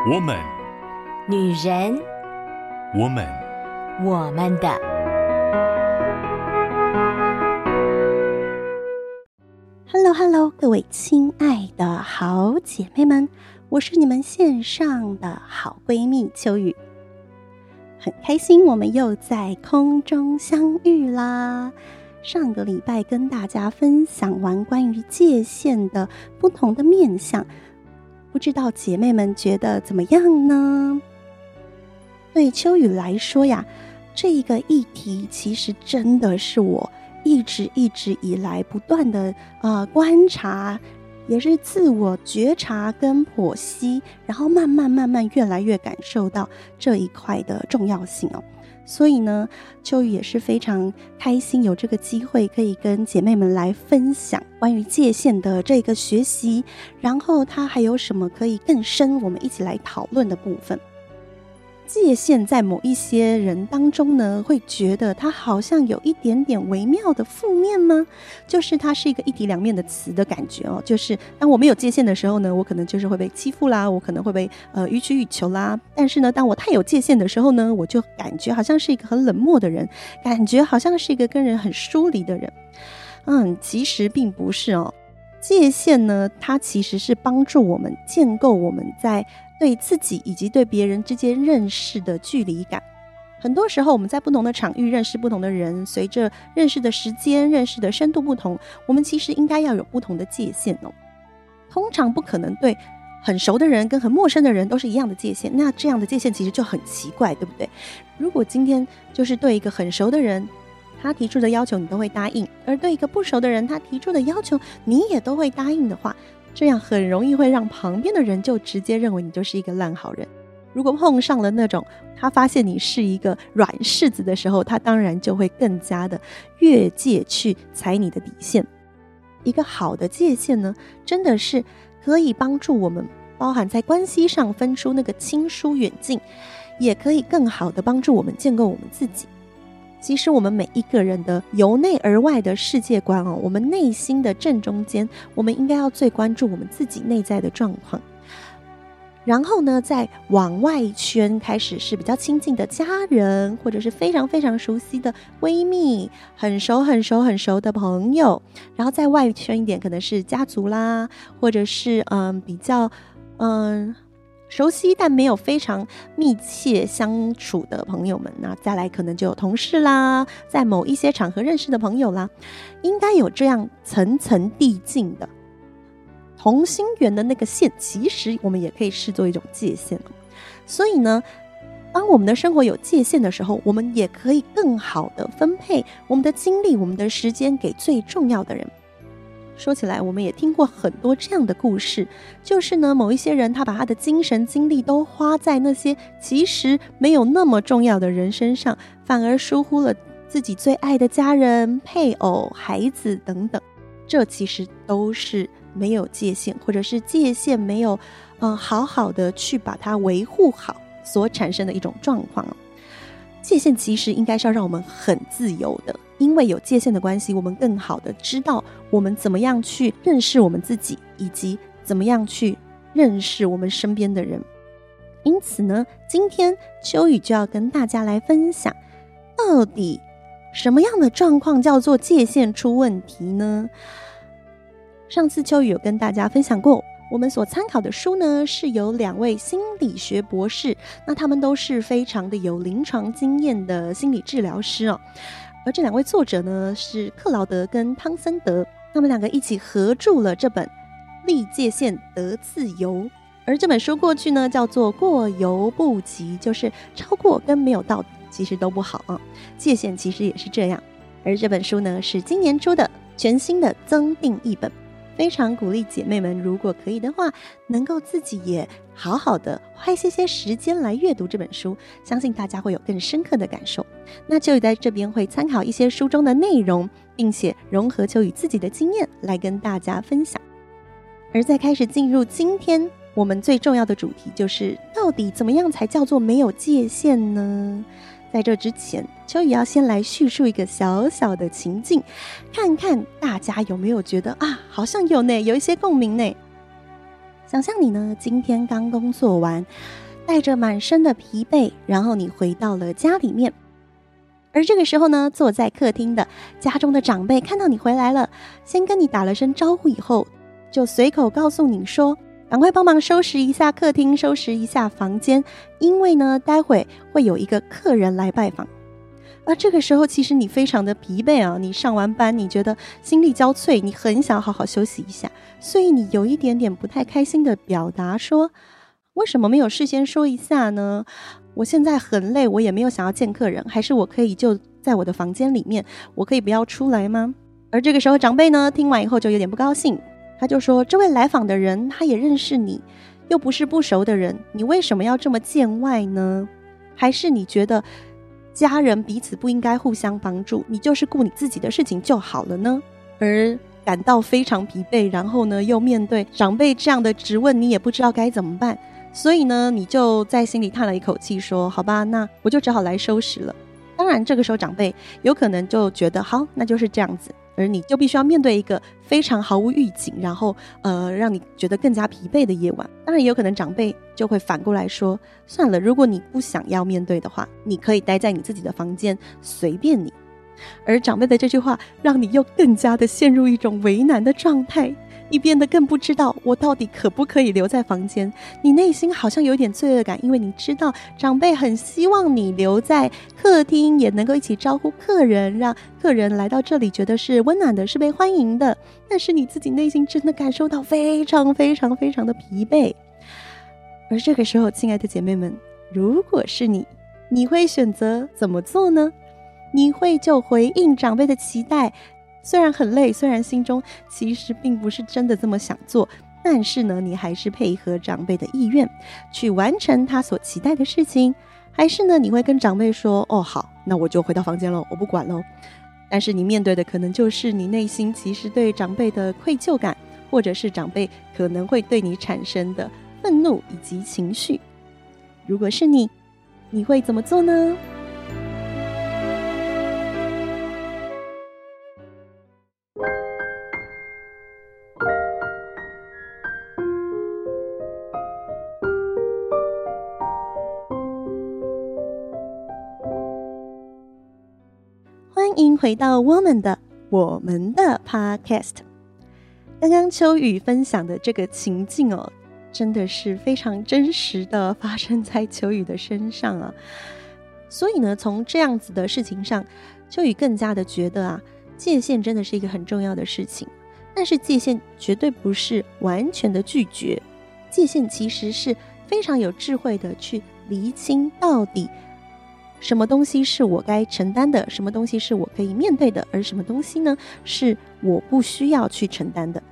我们， 女人， 我们， 我们的。 Hello， 各位亲爱的好姐妹们，我是你们线上的好闺蜜秋雨，很开心我们又在空中相遇啦。上个礼拜跟大家分享完关于界限的不同的面向，不知道姐妹们觉得怎么样呢？对秋雨来说呀，这一个议题其实真的是我一直以来不断的观察，也是自我觉察跟剖析，然后慢慢越来越感受到这一块的重要性哦。所以呢，秋雨也是非常开心有这个机会可以跟姐妹们来分享关于界限的这个学习，然后它还有什么可以更深我们一起来讨论的部分。界限在某一些人当中呢，会觉得它好像有一点点微妙的负面吗？就是它是一个一体两面的词的感觉哦。就是当我没有界限的时候呢，我可能就是会被欺负啦，我可能会被予取予求啦。但是呢，当我太有界限的时候呢，我就感觉好像是一个很冷漠的人，感觉好像是一个跟人很疏离的人。其实并不是哦。界限呢，它其实是帮助我们建构我们在对自己以及对别人之间认识的距离感。很多时候我们在不同的场域认识不同的人，随着认识的时间、认识的深度不同，我们其实应该要有不同的界限哦。通常不可能对很熟的人跟很陌生的人都是一样的界限，那这样的界限其实就很奇怪，对不对？如果今天就是对一个很熟的人，他提出的要求你都会答应，而对一个不熟的人他提出的要求你也都会答应的话，这样很容易会让旁边的人就直接认为你就是一个烂好人。如果碰上了那种他发现你是一个软柿子的时候，他当然就会更加的越界去踩你的底线。一个好的界限呢，真的是可以帮助我们包含在关系上分出那个亲疏远近，也可以更好的帮助我们建构我们自己。其实我们每一个人的由内而外的世界观哦，我们内心的正中间，我们应该要最关注我们自己内在的状况。然后呢，再往外圈开始是比较亲近的家人，或者是非常非常熟悉的闺蜜，很熟的朋友。然后再外圈一点，可能是家族啦，或者是比较熟悉但没有非常密切相处的朋友们，那再来可能就有同事啦，在某一些场合认识的朋友啦，应该有这样层层递进的同心圆的那个线，其实我们也可以视作一种界限。所以呢，当我们的生活有界限的时候，我们也可以更好的分配我们的精力、我们的时间给最重要的人。说起来，我们也听过很多这样的故事，就是呢，某一些人他把他的精神精力都花在那些其实没有那么重要的人身上，反而疏忽了自己最爱的家人、配偶、孩子等等。这其实都是没有界限，或者是界限没有好好的去把它维护好所产生的一种状况。界限其实应该是要让我们很自由的，因为有界限的关系，我们更好的知道我们怎么样去认识我们自己，以及怎么样去认识我们身边的人。因此呢，今天秋雨就要跟大家来分享，到底什么样的状况叫做界限出问题呢？上次秋雨有跟大家分享过，我们所参考的书呢，是由2位心理学博士，那他们都是非常的有临床经验的心理治疗师哦。而这2位作者呢，是克劳德跟汤森德，他们2个一起合著了这本《立界限得自由》。而这本书过去呢，叫做过犹不及，就是超过跟没有到其实都不好啊。界限其实也是这样。而这本书呢，是今年出的全新的增订译本。非常鼓励姐妹们，如果可以的话，能够自己也好好的花一些时间来阅读这本书，相信大家会有更深刻的感受。那秋雨在这边会参考一些书中的内容，并且融合秋雨自己的经验来跟大家分享。而在开始进入今天我们最重要的主题，就是到底怎么样才叫做没有界限呢？在这之前，秋雨要先来叙述一个小小的情境，看看大家有没有觉得好像有一些共鸣呢。 想象你呢今天刚工作完，带着满身的疲惫，然后你回到了家里面。而这个时候呢，坐在客厅的家中的长辈看到你回来了，先跟你打了声招呼以后，就随口告诉你说，赶快帮忙收拾一下客厅，收拾一下房间，因为呢待会会有一个客人来拜访。而这个时候其实你非常的疲惫啊，你上完班你觉得心力交瘁，你很想好好休息一下，所以你有一点点不太开心的表达说，为什么没有事先说一下呢？我现在很累，我也没有想要见客人，还是我可以就在我的房间里面，我可以不要出来吗？而这个时候长辈呢听完以后就有点不高兴，他就说，这位来访的人他也认识你，又不是不熟的人，你为什么要这么见外呢？还是你觉得家人彼此不应该互相帮助，你就是顾你自己的事情就好了呢？而感到非常疲惫，然后呢又面对长辈这样的质问，你也不知道该怎么办，所以呢你就在心里叹了一口气说，好吧，那我就只好来收拾了。当然这个时候长辈有可能就觉得好，那就是这样子，而你就必须要面对一个非常毫无预警，然后让你觉得更加疲惫的夜晚。当然也有可能长辈就会反过来说，算了，如果你不想要面对的话，你可以待在你自己的房间，随便你。而长辈的这句话让你又更加的陷入一种为难的状态，你变得更不知道我到底可不可以留在房间。你内心好像有点罪恶感，因为你知道长辈很希望你留在客厅，也能够一起招呼客人，让客人来到这里觉得是温暖的，是被欢迎的，但是你自己内心真的感受到非常非常非常的疲惫。而这个时候亲爱的姐妹们，如果是你会选择怎么做呢？你会就回应长辈的期待，虽然很累，虽然心中其实并不是真的这么想做，但是呢你还是配合长辈的意愿去完成他所期待的事情，还是呢你会跟长辈说，哦好，那我就回到房间了，我不管了。但是你面对的可能就是你内心其实对长辈的愧疚感，或者是长辈可能会对你产生的愤怒以及情绪。如果是你会怎么做呢？欢迎回到我们的 Podcast。 刚刚秋雨分享的这个情境哦，真的是非常真实的发生在秋雨的身上啊。所以呢从这样子的事情上，秋雨更加的觉得啊，界限真的是一个很重要的事情。但是界限绝对不是完全的拒绝，界限其实是非常有智慧的去厘清到底什么东西是我该承担的，什么东西是我可以面对的，而什么东西呢是我不需要去承担的。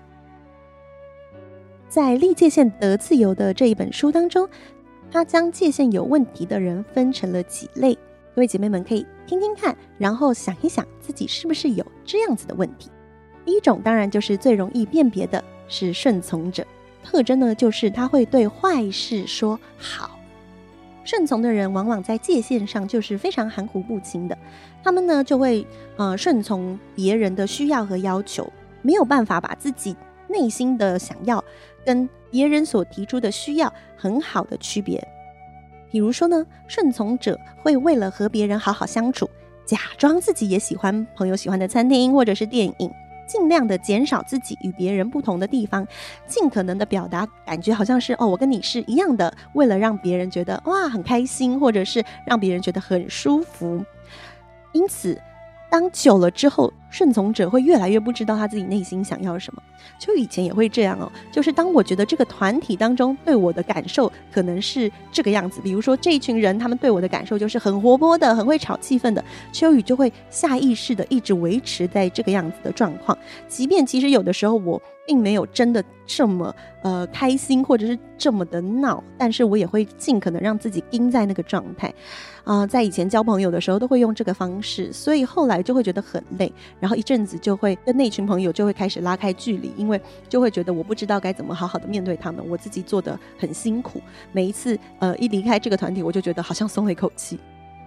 在《立界限得自由》的这一本书当中，他将界限有问题的人分成了几类，各位姐妹们可以听听看，然后想一想自己是不是有这样子的问题。第一种当然就是最容易辨别的，是顺从者，特征呢就是他会对坏事说好。顺从的人往往在界限上就是非常含糊不清的，他们呢就会顺从别人的需要和要求，没有办法把自己内心的想要跟别人所提出的需要很好的区别。比如说呢，顺从者会为了和别人好好相处，假装自己也喜欢朋友喜欢的餐厅或者是电影，尽量的减少自己与别人不同的地方，尽可能的表达感觉好像是我跟你是一样的，为了让别人觉得哇很开心，或者是让别人觉得很舒服。因此当久了之后，顺从者会越来越不知道他自己内心想要什么。就以前也会这样就是当我觉得这个团体当中对我的感受可能是这个样子，比如说这一群人他们对我的感受就是很活泼的，很会炒气氛的，秋雨就会下意识的一直维持在这个样子的状况，即便其实有的时候我并没有真的这么开心，或者是这么的闹，但是我也会尽可能让自己盯在那个状态在以前交朋友的时候都会用这个方式，所以后来就会觉得很累，然后一阵子就会跟那群朋友就会开始拉开距离，因为就会觉得我不知道该怎么好好的面对他们，我自己做得很辛苦，每一次一离开这个团体我就觉得好像松了一口气。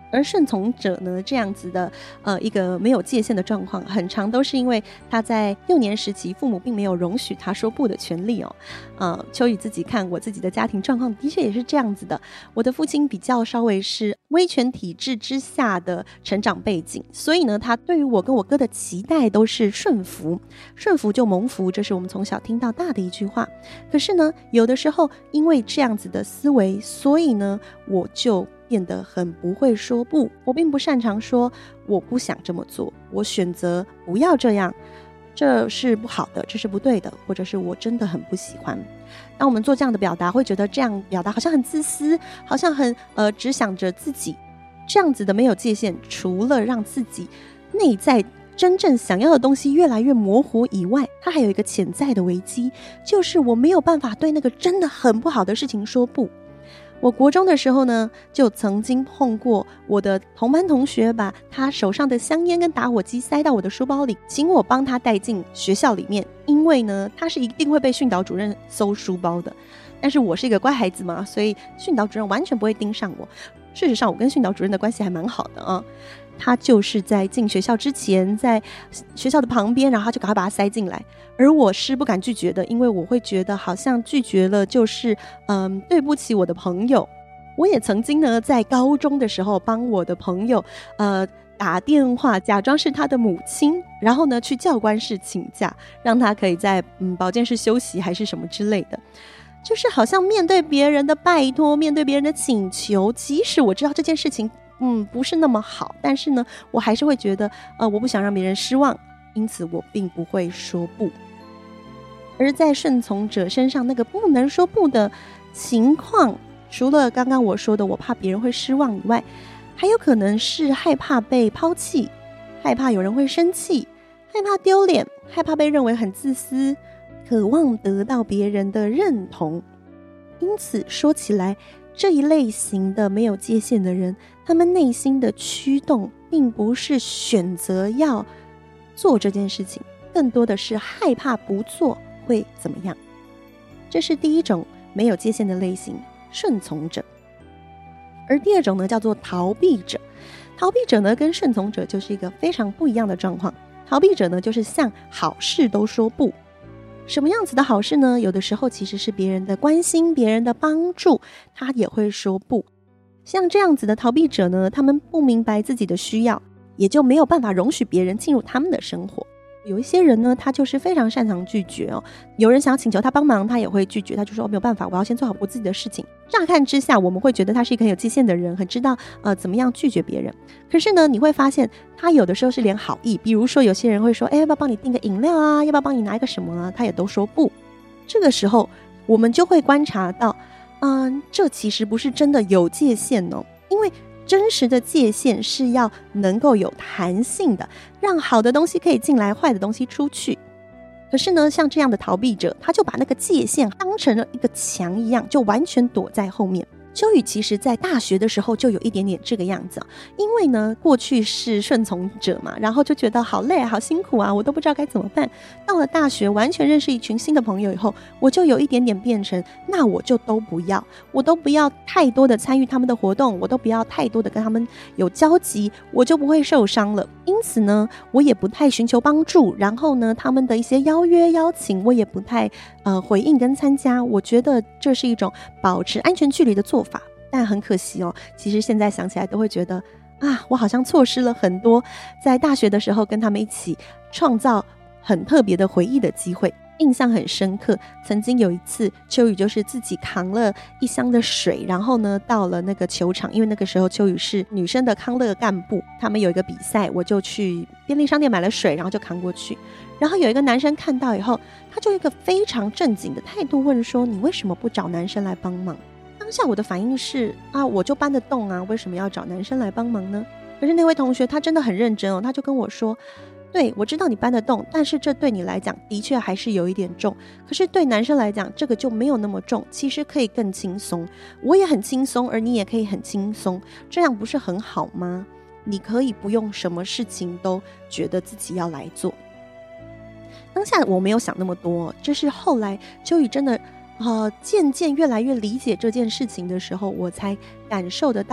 而顺从者呢，这样子的一个没有界限的状况，很常都是因为他在幼年时期父母并没有容许他说不的权利哦。秋雨自己看我自己的家庭状况，的确也是这样子的。我的父亲比较稍微是威权体制之下的成长背景，所以呢，他对于我跟我哥的期待都是顺服，顺服就蒙福，这是我们从小听到大的一句话。可是呢，有的时候因为这样子的思维，所以呢，我就变得很不会说不，我并不擅长说我不想这么做，我选择不要这样，这是不好的，这是不对的，或者是我真的很不喜欢。当我们做这样的表达，会觉得这样表达好像很自私，好像很只想着自己，这样子的没有界限，除了让自己内在真正想要的东西越来越模糊以外，它还有一个潜在的危机，就是我没有办法对那个真的很不好的事情说不。我国中的时候呢，就曾经碰过我的同班同学把他手上的香烟跟打火机塞到我的书包里，请我帮他带进学校里面，因为呢，他是一定会被训导主任搜书包的。但是我是一个乖孩子嘛，所以训导主任完全不会盯上我。事实上，我跟训导主任的关系还蛮好的啊。他就是在进学校之前，在学校的旁边，然后他就赶快把它塞进来，而我是不敢拒绝的，因为我会觉得好像拒绝了就是对不起我的朋友。我也曾经呢在高中的时候帮我的朋友打电话假装是他的母亲，然后呢去教官室请假，让他可以在保健室休息还是什么之类的。就是好像面对别人的拜托，面对别人的请求，即使我知道这件事情不是那么好，但是呢我还是会觉得我不想让别人失望，因此我并不会说不。而在顺从者身上那个不能说不的情况，除了刚刚我说的我怕别人会失望以外，还有可能是害怕被抛弃，害怕有人会生气，害怕丢脸，害怕被认为很自私，渴望得到别人的认同。因此说起来，这一类型的没有界限的人，他们内心的驱动并不是选择要做这件事情，更多的是害怕不做会怎么样。这是第一种没有界限的类型，顺从者。而第二种呢，叫做逃避者。逃避者呢，跟顺从者就是一个非常不一样的状况。逃避者呢，就是向好事都说不。什么样子的好事呢？有的时候其实是别人的关心，别人的帮助，他也会说不。像这样子的逃避者呢，他们不明白自己的需要，也就没有办法容许别人进入他们的生活。有一些人呢，他就是非常擅长拒绝哦。有人想要请求他帮忙，他也会拒绝，他就说没有办法，我要先做好我自己的事情。乍看之下，我们会觉得他是一个很有界限的人，很知道怎么样拒绝别人。可是呢，你会发现他有的时候是连好意，比如说有些人会说，要不要帮你订个饮料啊，要不要帮你拿一个什么啊，他也都说不。这个时候我们就会观察到，这其实不是真的有界限哦，因为真实的界限是要能够有弹性的，让好的东西可以进来，坏的东西出去。可是呢，像这样的逃避者，他就把那个界限当成了一个墙一样，就完全躲在后面。秋雨其实在大学的时候就有一点点这个样子，因为呢过去是顺从者嘛，然后就觉得好累好辛苦啊，我都不知道该怎么办。到了大学完全认识一群新的朋友以后，我就有一点点变成，那我就都不要，我都不要太多的参与他们的活动，我都不要太多的跟他们有交集，我就不会受伤了。因此呢，我也不太寻求帮助，然后呢他们的一些邀约邀请我也不太回应跟参加。我觉得这是一种保持安全距离的做法。但很可惜哦，其实现在想起来都会觉得我好像错失了很多在大学的时候跟他们一起创造很特别的回忆的机会。印象很深刻，曾经有一次秋雨就是自己扛了一箱的水，然后呢到了那个球场，因为那个时候秋雨是女生的康乐干部，他们有一个比赛，我就去便利商店买了水，然后就扛过去。然后有一个男生看到以后，他就一个非常正经的态度问说，你为什么不找男生来帮忙？当下我的反应是我就搬得动啊，为什么要找男生来帮忙呢？可是那位同学他真的很认真哦，他就跟我说，对，我知道你搬得动，但是这对你来讲的确还是有一点重，可是对男生来讲这个就没有那么重，其实可以更轻松，我也很轻松，而你也可以很轻松，这样不是很好吗？你可以不用什么事情都觉得自己要来做。当下我没有想那么多，这是后来秋雨真的渐渐越来越理解这件事情的时候，我才感受得到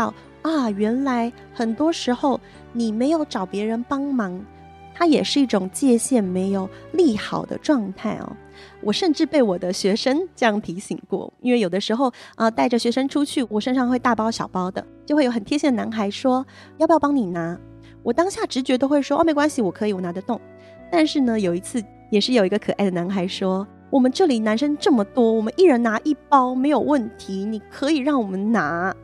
啊，原来很多时候你没有找别人帮忙，它也是一种界限没有立好的状态哦。我甚至被我的学生这样提醒过，因为有的时候带着学生出去，我身上会大包小包的，就会有很贴心的男孩说要不要帮你拿，我当下直觉都会说没关系，我可以，我拿得动。但是呢，有一次也是有一个可爱的男孩说，我们这里男生这么多，我们一人拿1包没有问题，你可以让我们拿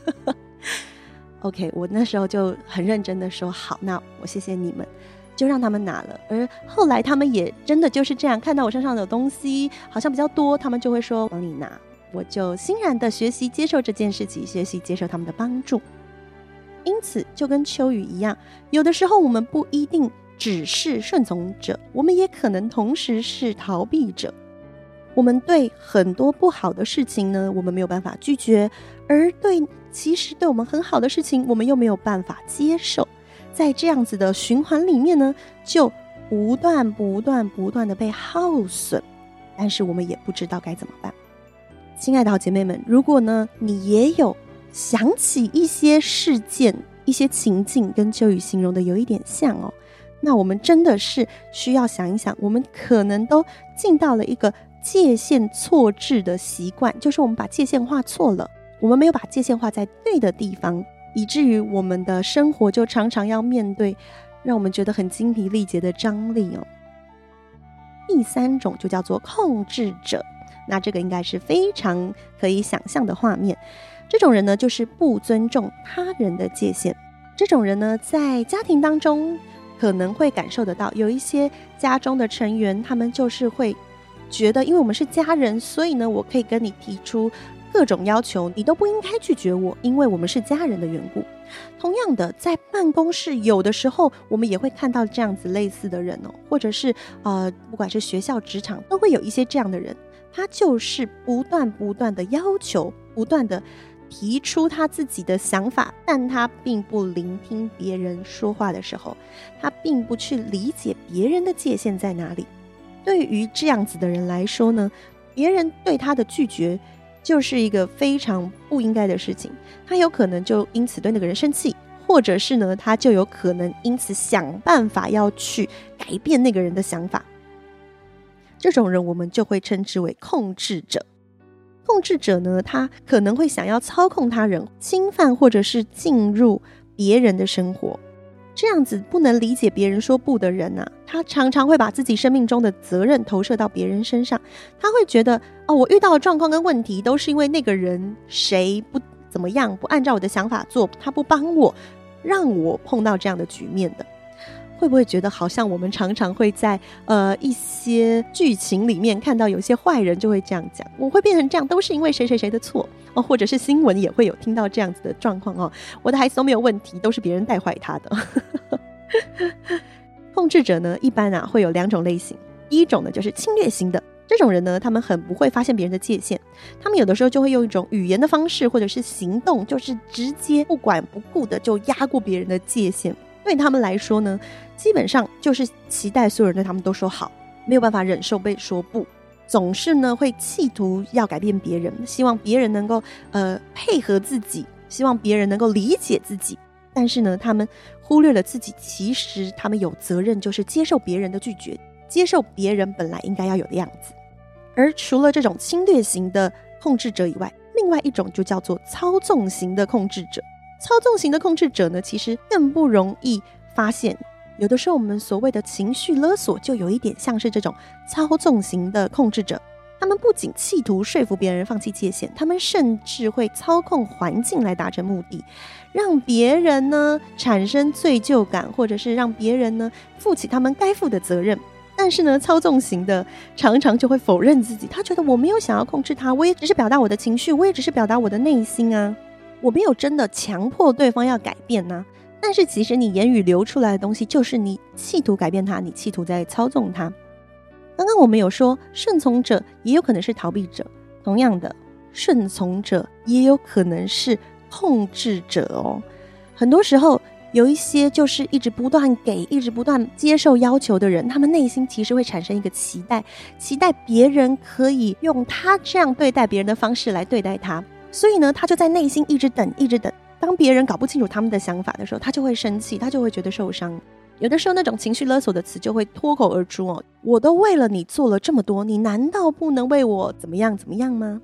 OK， 我那时候就很认真的说好，那我谢谢你们，就让他们拿了。而后来他们也真的就是这样，看到我身上有东西好像比较多，他们就会说帮你拿，我就欣然的学习接受这件事情，学习接受他们的帮助。因此就跟秋雨一样，有的时候我们不一定只是顺从者，我们也可能同时是逃避者。我们对很多不好的事情呢，我们没有办法拒绝，而其实对我们很好的事情，我们又没有办法接受。在这样子的循环里面呢，就不断的被耗损，但是我们也不知道该怎么办。亲爱的好姐妹们，如果呢你也有想起一些事件、一些情境跟秋雨形容的有一点像哦，那我们真的是需要想一想，我们可能都进到了一个界限错置的习惯，就是我们把界限画错了，我们没有把界限画在对的地方，以至于我们的生活就常常要面对让我们觉得很精疲力竭的张力哦。第3种就叫做控制者，那这个应该是非常可以想象的画面。这种人呢，就是不尊重他人的界限。这种人呢，在家庭当中可能会感受得到，有一些家中的成员，他们就是会觉得，因为我们是家人，所以呢，我可以跟你提出各种要求，你都不应该拒绝我，因为我们是家人的缘故。同样的，在办公室有的时候我们也会看到这样子类似的人哦，或者是不管是学校职场都会有一些这样的人，他就是不断的要求，不断的提出他自己的想法，但他并不聆听别人说话的时候，他并不去理解别人的界限在哪里。对于这样子的人来说呢，别人对他的拒绝就是一个非常不应该的事情，他有可能就因此对那个人生气，或者是呢，他就有可能因此想办法要去改变那个人的想法。这种人我们就会称之为控制者。控制者呢，他可能会想要操控他人，侵犯或者是进入别人的生活。这样子不能理解别人说不的人啊，他常常会把自己生命中的责任投射到别人身上。他会觉得我遇到的状况跟问题都是因为那个人谁不怎么样，不按照我的想法做，他不帮我，让我碰到这样的局面的。会不会觉得好像我们常常会在一些剧情里面看到有些坏人就会这样讲，我会变成这样都是因为谁谁谁的错或者是新闻也会有听到这样子的状况我的孩子都没有问题，都是别人带坏他的控制者呢，一般会有2种类型。第一种呢，就是侵略型的。这种人呢，他们很不会发现别人的界限，他们有的时候就会用一种语言的方式或者是行动，就是直接不管不顾的就压过别人的界限。对他们来说呢，基本上就是期待所有人对他们都说好，没有办法忍受被说不，总是呢会企图要改变别人，希望别人能够配合自己，希望别人能够理解自己。但是呢，他们忽略了自己，其实他们有责任，就是接受别人的拒绝，接受别人本来应该要有的样子。而除了这种侵略型的控制者以外，另外一种就叫做操纵型的控制者。操纵型的控制者呢，其实更不容易发现。有的时候我们所谓的情绪勒索就有一点像是这种操纵型的控制者。他们不仅企图说服别人放弃界限，他们甚至会操控环境来达成目的，让别人呢产生罪疚感，或者是让别人呢负起他们该负的责任。但是呢，操纵型的常常就会否认自己，他觉得我没有想要控制他，我也只是表达我的情绪，我也只是表达我的内心啊，我没有真的强迫对方要改变啊。但是其实你言语流出来的东西，就是你企图改变他，你企图在操纵他。刚刚我们有说，顺从者也有可能是逃避者，同样的，顺从者也有可能是控制者哦。很多时候有一些就是一直不断给，一直不断接受要求的人，他们内心其实会产生一个期待，期待别人可以用他这样对待别人的方式来对待他，所以呢，他就在内心一直等， 当别人搞不清楚他们的想法的时候，他就会生气，他就会觉得受伤。有的时候那种情绪勒索的词就会脱口而出哦，我都为了你做了这么多，你难道不能为我怎么样怎么样吗？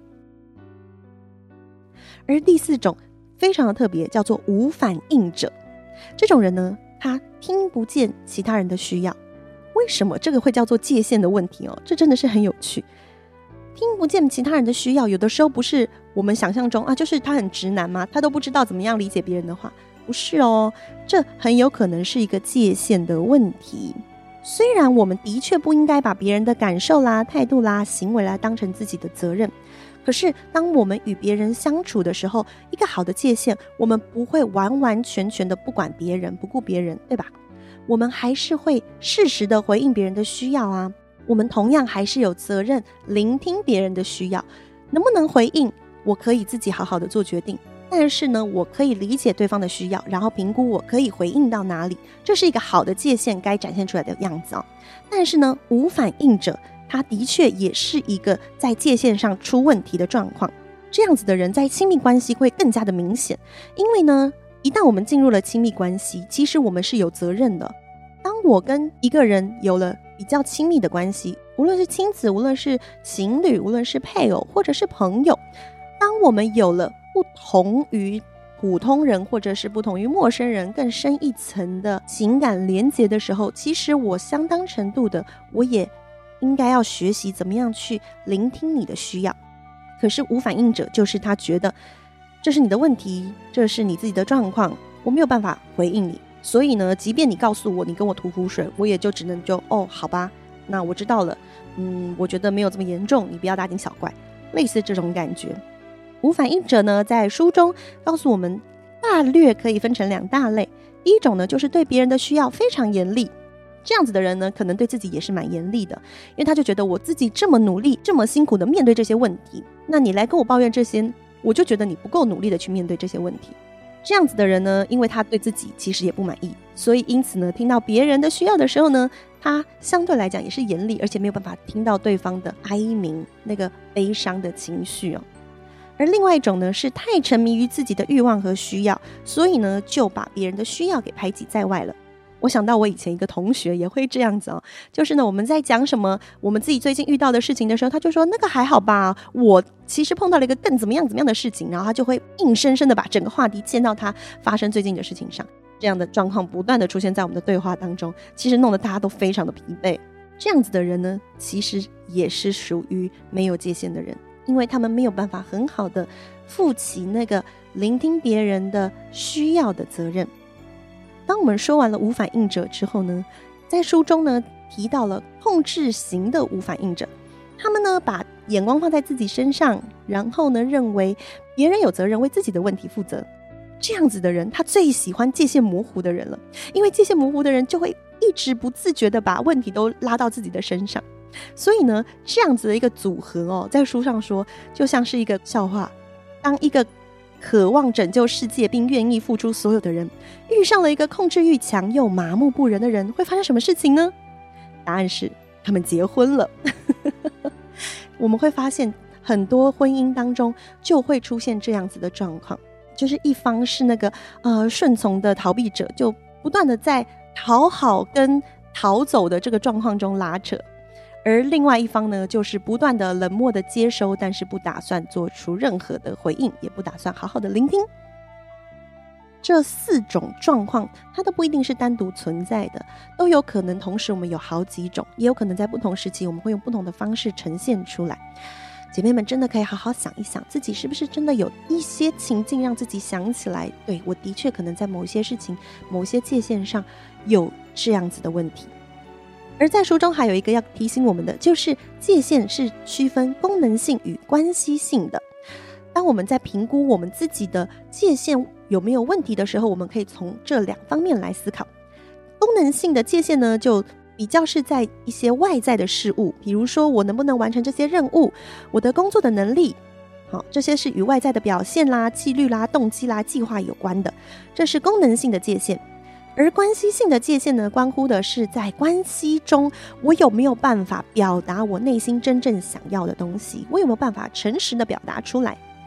而第4种非常的特别，叫做无反应者。这种人呢，他听不见其他人的需要。为什么这个会叫做界限的问题哦？这真的是很有趣。听不见其他人的需要，有的时候不是我们想象中啊，就是他很直男吗？他都不知道怎么样理解别人的话，不是哦，这很有可能是一个界限的问题。虽然我们的确不应该把别人的感受啦、态度啦、行为啦当成自己的责任，可是当我们与别人相处的时候，一个好的界限，我们不会完完全全的不管别人、不顾别人，对吧？我们还是会适时的回应别人的需要啊。我们同样还是有责任聆听别人的需要，能不能回应，我可以自己好好的做决定。但是呢，我可以理解对方的需要，然后评估我可以回应到哪里，这是一个好的界限该展现出来的样子哦。但是呢，无反应者，他的确也是一个在界限上出问题的状况。这样子的人在亲密关系会更加的明显，因为呢，一旦我们进入了亲密关系，其实我们是有责任的。当我跟一个人有了比较亲密的关系，无论是亲子，无论是情侣，无论是配偶或者是朋友，当我们有了不同于普通人或者是不同于陌生人更深一层的情感连结的时候，其实我相当程度的我也应该要学习怎么样去聆听你的需要。可是无反应者就是他觉得这是你的问题，这是你自己的状况，我没有办法回应你，所以呢，即便你告诉我，你跟我吐苦水，我也就只能哦，好吧，那我知道了，我觉得没有这么严重，你不要大惊小怪，类似这种感觉。无反应者呢，在书中告诉我们，大略可以分成2大类。第一种呢，就是对别人的需要非常严厉，这样子的人呢，可能对自己也是蛮严厉的，因为他就觉得我自己这么努力，这么辛苦的面对这些问题，那你来跟我抱怨这些，我就觉得你不够努力的去面对这些问题。这样子的人呢，因为他对自己其实也不满意，所以因此呢，听到别人的需要的时候呢，他相对来讲也是严厉，而且没有办法听到对方的哀鸣，那个悲伤的情绪哦。而另外一种呢，是太沉迷于自己的欲望和需要，所以呢，就把别人的需要给排挤在外了。我想到我以前一个同学也会这样子哦，就是呢，我们在讲什么我们自己最近遇到的事情的时候，他就说那个还好吧，我其实碰到了一个更怎么样的事情，然后他就会硬生生的把整个话题牵到他发生最近的事情上。这样的状况不断的出现在我们的对话当中，其实弄得大家都非常的疲惫。这样子的人呢，其实也是属于没有界限的人，因为他们没有办法很好的负起那个聆听别人的需要的责任。当我们说完了无反应者之后呢，在书中呢提到了控制型的无反应者，他们呢把眼光放在自己身上，然后呢认为别人有责任为自己的问题负责。这样子的人，他最喜欢界限模糊的人了，因为界限模糊的人就会一直不自觉的把问题都拉到自己的身上。所以呢，这样子的一个组合哦，在书上说就像是一个笑话。当一个渴望拯救世界并愿意付出所有的人遇上了一个控制欲强又麻木不仁的人，会发生什么事情呢？答案是他们结婚了。我们会发现很多婚姻当中就会出现这样子的状况，就是一方是那个顺从的逃避者，就不断的在讨好跟逃走的这个状况中拉扯，而另外一方呢，就是不断的冷漠的接收，但是不打算做出任何的回应，也不打算好好的聆听。这4种状况它都不一定是单独存在的，都有可能同时我们有好几种，也有可能在不同时期我们会用不同的方式呈现出来。姐妹们真的可以好好想一想，自己是不是真的有一些情境让自己想起来，对，我的确可能在某些事情某些界限上有这样子的问题。而在书中还有一个要提醒我们的，就是界限是区分功能性与关系性的。当我们在评估我们自己的界限有没有问题的时候，我们可以从这2方面来思考。功能性的界限呢，就比较是在一些外在的事物，比如说我能不能完成这些任务，我的工作的能力，这些是与外在的表现啦、纪律啦、动机啦、计划有关的，这是功能性的界限。而关系性的界限呢，关乎的是在关系中我有没有办法表达我内心真正想要的东西，我有没有办法诚实的表达出来。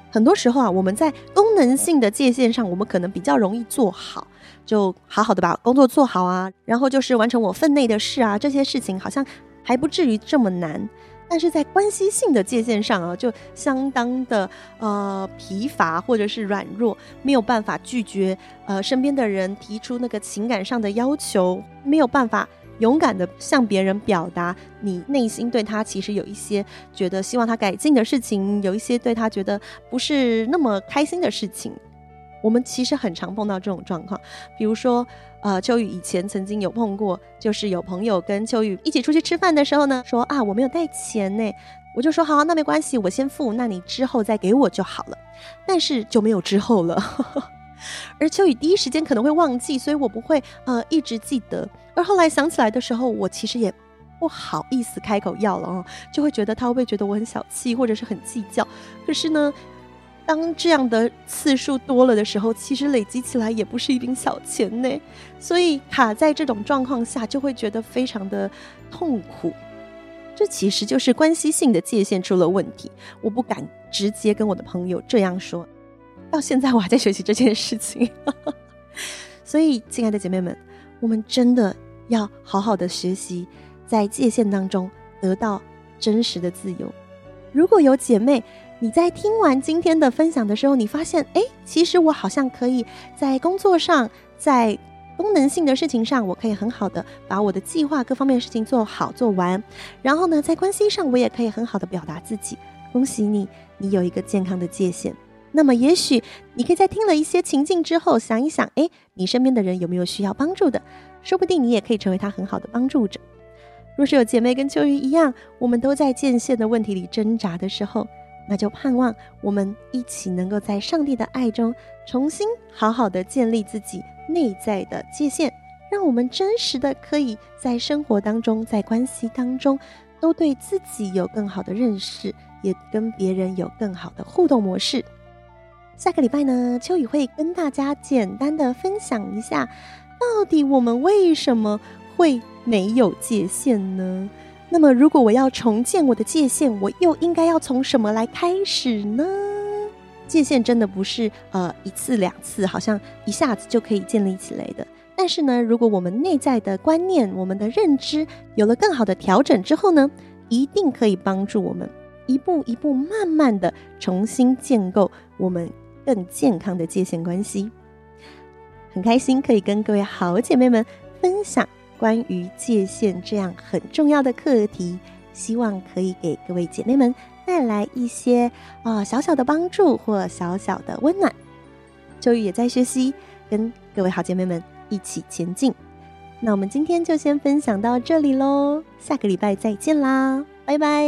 很多时候啊，我们在功能性的界限上，我们可能比较容易做好，就好好的把工作做好啊，然后就是完成我分内的事啊，这些事情好像还不至于这么难。但是在关系性的界限上啊，就相当的疲乏或者是软弱，没有办法拒绝身边的人提出那个情感上的要求，没有办法勇敢的向别人表达你内心对他其实有一些觉得希望他改进的事情，有一些对他觉得不是那么开心的事情。我们其实很常碰到这种状况，比如说秋雨以前曾经有碰过，就是有朋友跟秋雨一起出去吃饭的时候呢，说啊我没有带钱呢，我就说好，那没关系，我先付，那你之后再给我就好了。但是就没有之后了而秋雨第一时间可能会忘记，所以我不会一直记得，而后来想起来的时候，我其实也不好意思开口要了就会觉得他会不会觉得我很小气或者是很计较。可是呢，当这样的次数多了的时候，其实累积起来也不是一笔小钱呢，所以卡在这种状况下就会觉得非常的痛苦。这其实就是关系性的界限出了问题，我不敢直接跟我的朋友这样说，到现在我还在学习这件事情所以亲爱的姐妹们，我们真的要好好的学习在界限当中得到真实的自由。如果有姐妹你在听完今天的分享的时候，你发现其实我好像可以在工作上，在功能性的事情上，我可以很好的把我的计划各方面的事情做好做完，然后呢在关系上我也可以很好的表达自己，恭喜你，你有一个健康的界限。那么也许你可以在听了一些情境之后想一想，你身边的人有没有需要帮助的，说不定你也可以成为他很好的帮助者。若是有姐妹跟秋雨一样，我们都在界限的问题里挣扎的时候，那就盼望我们一起能够在上帝的爱中重新好好的建立自己内在的界限，让我们真实的可以在生活当中，在关系当中都对自己有更好的认识，也跟别人有更好的互动模式。下个礼拜呢，秋雨会跟大家简单的分享一下，到底我们为什么会没有界限呢？那么如果我要重建我的界限，我又应该要从什么来开始呢？界限真的不是一次两次好像一下子就可以建立起来的，但是呢，如果我们内在的观念，我们的认知有了更好的调整之后呢，一定可以帮助我们一步一步慢慢的重新建构我们更健康的界限关系。很开心可以跟各位好姐妹们分享关于界限这样很重要的课题，希望可以给各位姐妹们带来一些小小的帮助或小小的温暖。秋雨也在学习，跟各位好姐妹们一起前进。那我们今天就先分享到这里咯，下个礼拜再见啦，拜拜。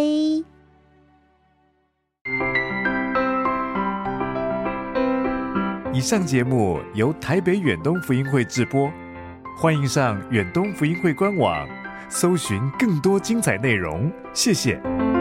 以上节目由台北远东福音会制播，欢迎上远东福音会官网搜寻更多精彩内容，谢谢。